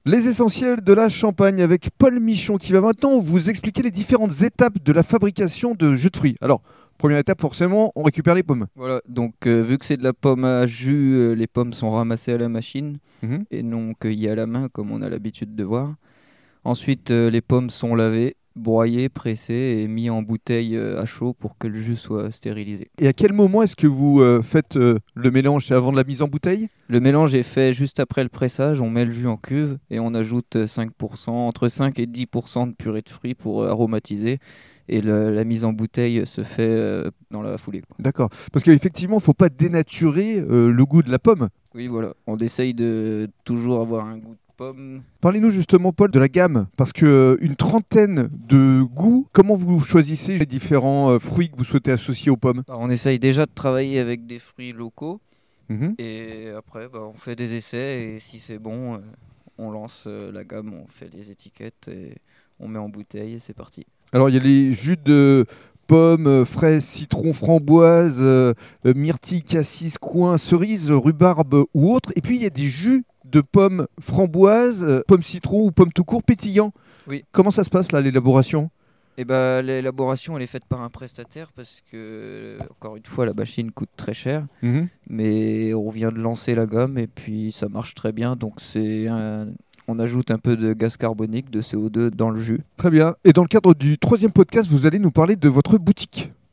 Les essentiels de la Champagne avec Paul Michon qui va maintenant vous expliquer les différentes étapes de la fabrication de jus de fruits. Alors, première étape, forcément, on récupère les pommes. Voilà, donc vu que c'est de la pomme à jus, les pommes sont ramassées à la machine Mhm. et non cueillies à la main comme on a l'habitude de voir. Ensuite, les pommes sont lavées, broyées, pressées et mises en bouteille à chaud pour que le jus soit stérilisé. Et à quel moment est-ce que vous faites le mélange? C'est avant de la mise en bouteille? Le mélange est fait juste après le pressage, on met le jus en cuve et on ajoute 5%, entre 5 et 10% de purée de fruits pour aromatiser. Et la mise en bouteille se fait dans la foulée, quoi. D'accord. Parce qu'effectivement, il ne faut pas dénaturer le goût de la pomme. Oui, voilà, on essaye de toujours avoir un goût de pomme. Parlez-nous justement, Paul, de la gamme. Parce que une trentaine de goûts, comment vous choisissez les différents fruits que vous souhaitez associer aux pommes? Alors, on essaye déjà de travailler avec des fruits locaux. Mhm. Et après, on fait des essais et si c'est bon, on lance la gamme, on fait les étiquettes et on met en bouteille et c'est parti. Alors, il y a les jus de pommes, fraises, citron, framboise, myrtille, cassis, coing, cerise, rhubarbe ou autre. Et puis, il y a des jus de pommes framboise, pommes citron ou pommes tout court pétillants. Oui. Comment ça se passe là, l'élaboration? Et l'élaboration elle est faite par un prestataire parce que, encore une fois, la machine coûte très cher. Mhm. Mais on vient de lancer la gamme et puis ça marche très bien. Donc on ajoute un peu de gaz carbonique, de CO2 dans le jus. Très bien. Et dans le cadre du troisième podcast, vous allez nous parler de votre boutique.